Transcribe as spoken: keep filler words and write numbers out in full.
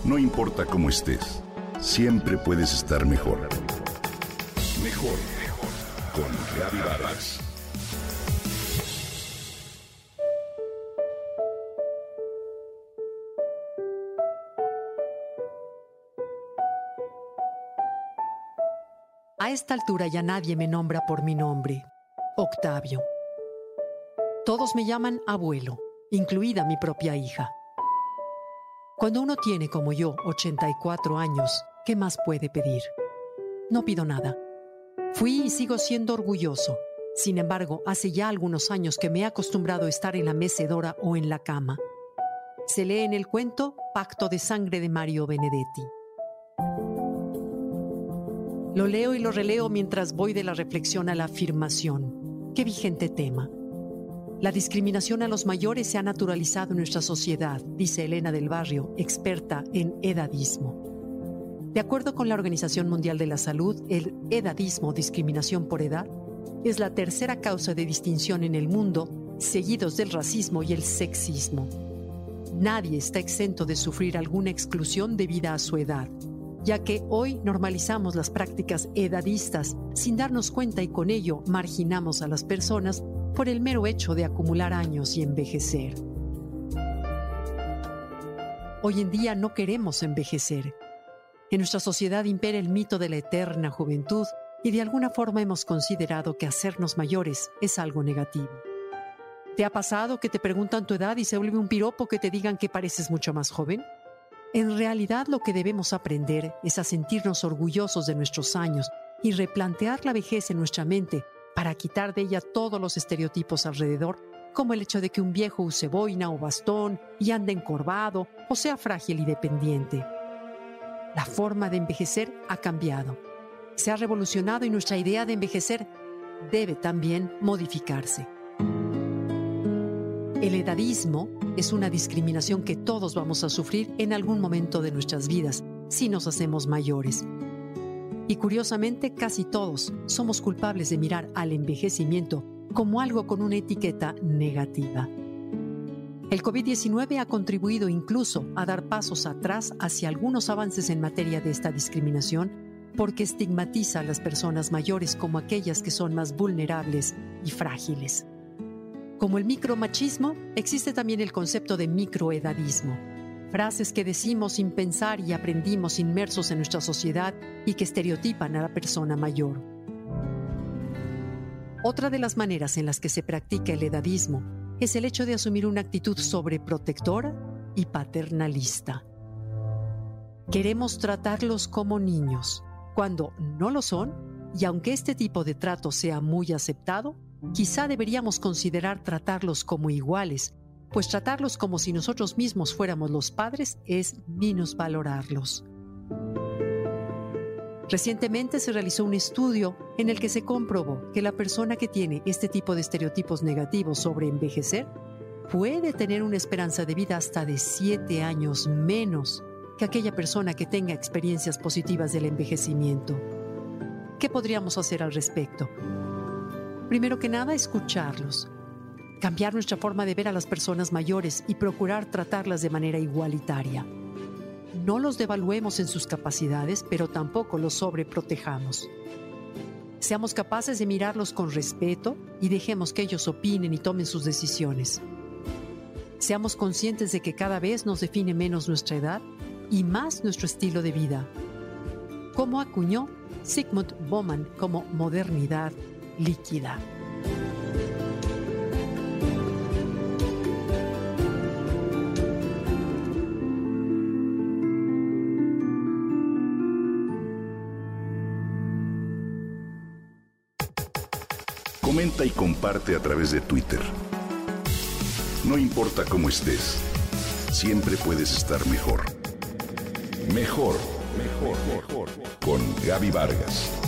No importa cómo estés, siempre puedes estar mejor. Mejor, mejor. Con Gaby Vargas. A esta altura ya nadie me nombra por mi nombre, Octavio. Todos me llaman abuelo, incluida mi propia hija. Cuando uno tiene, como yo, ochenta y cuatro años, ¿qué más puede pedir? No pido nada. Fui y sigo siendo orgulloso. Sin embargo, hace ya algunos años que me he acostumbrado a estar en la mecedora o en la cama. Se lee en el cuento Pacto de Sangre de Mario Benedetti. Lo leo y lo releo mientras voy de la reflexión a la afirmación. Qué vigente tema. La discriminación a los mayores se ha naturalizado en nuestra sociedad, dice Elena del Barrio, experta en edadismo. De acuerdo con la Organización Mundial de la Salud, el edadismo, discriminación por edad, es la tercera causa de distinción en el mundo, seguidos del racismo y el sexismo. Nadie está exento de sufrir alguna exclusión debida a su edad, ya que hoy normalizamos las prácticas edadistas sin darnos cuenta y con ello marginamos a las personas por el mero hecho de acumular años y envejecer. Hoy en día no queremos envejecer. En nuestra sociedad impera el mito de la eterna juventud y de alguna forma hemos considerado que hacernos mayores es algo negativo. ¿Te ha pasado que te preguntan tu edad y se vuelve un piropo que te digan que pareces mucho más joven? En realidad lo que debemos aprender es a sentirnos orgullosos de nuestros años y replantear la vejez en nuestra mente para quitar de ella todos los estereotipos alrededor, como el hecho de que un viejo use boina o bastón y ande encorvado o sea frágil y dependiente. La forma de envejecer ha cambiado. Se ha revolucionado y nuestra idea de envejecer debe también modificarse. El edadismo es una discriminación que todos vamos a sufrir en algún momento de nuestras vidas si nos hacemos mayores. Y curiosamente, casi todos somos culpables de mirar al envejecimiento como algo con una etiqueta negativa. El covid diecinueve ha contribuido incluso a dar pasos atrás hacia algunos avances en materia de esta discriminación porque estigmatiza a las personas mayores como aquellas que son más vulnerables y frágiles. Como el micromachismo, existe también el concepto de microedadismo. Frases que decimos sin pensar y aprendimos inmersos en nuestra sociedad y que estereotipan a la persona mayor. Otra de las maneras en las que se practica el edadismo es el hecho de asumir una actitud sobreprotectora y paternalista. Queremos tratarlos como niños, cuando no lo son, y aunque este tipo de trato sea muy aceptado, quizá deberíamos considerar tratarlos como iguales, pues tratarlos como si nosotros mismos fuéramos los padres es minusvalorarlos. Recientemente se realizó un estudio en el que se comprobó que la persona que tiene este tipo de estereotipos negativos sobre envejecer puede tener una esperanza de vida hasta de siete años menos que aquella persona que tenga experiencias positivas del envejecimiento. ¿Qué podríamos hacer al respecto? Primero que nada, escucharlos. Cambiar nuestra forma de ver a las personas mayores y procurar tratarlas de manera igualitaria. No los devaluemos en sus capacidades, pero tampoco los sobreprotejamos. Seamos capaces de mirarlos con respeto y dejemos que ellos opinen y tomen sus decisiones. Seamos conscientes de que cada vez nos define menos nuestra edad y más nuestro estilo de vida. Como acuñó Zygmunt Bauman como modernidad líquida. Comenta y comparte a través de Twitter. No importa cómo estés, siempre puedes estar mejor. Mejor, mejor, mejor. Con Gaby Vargas.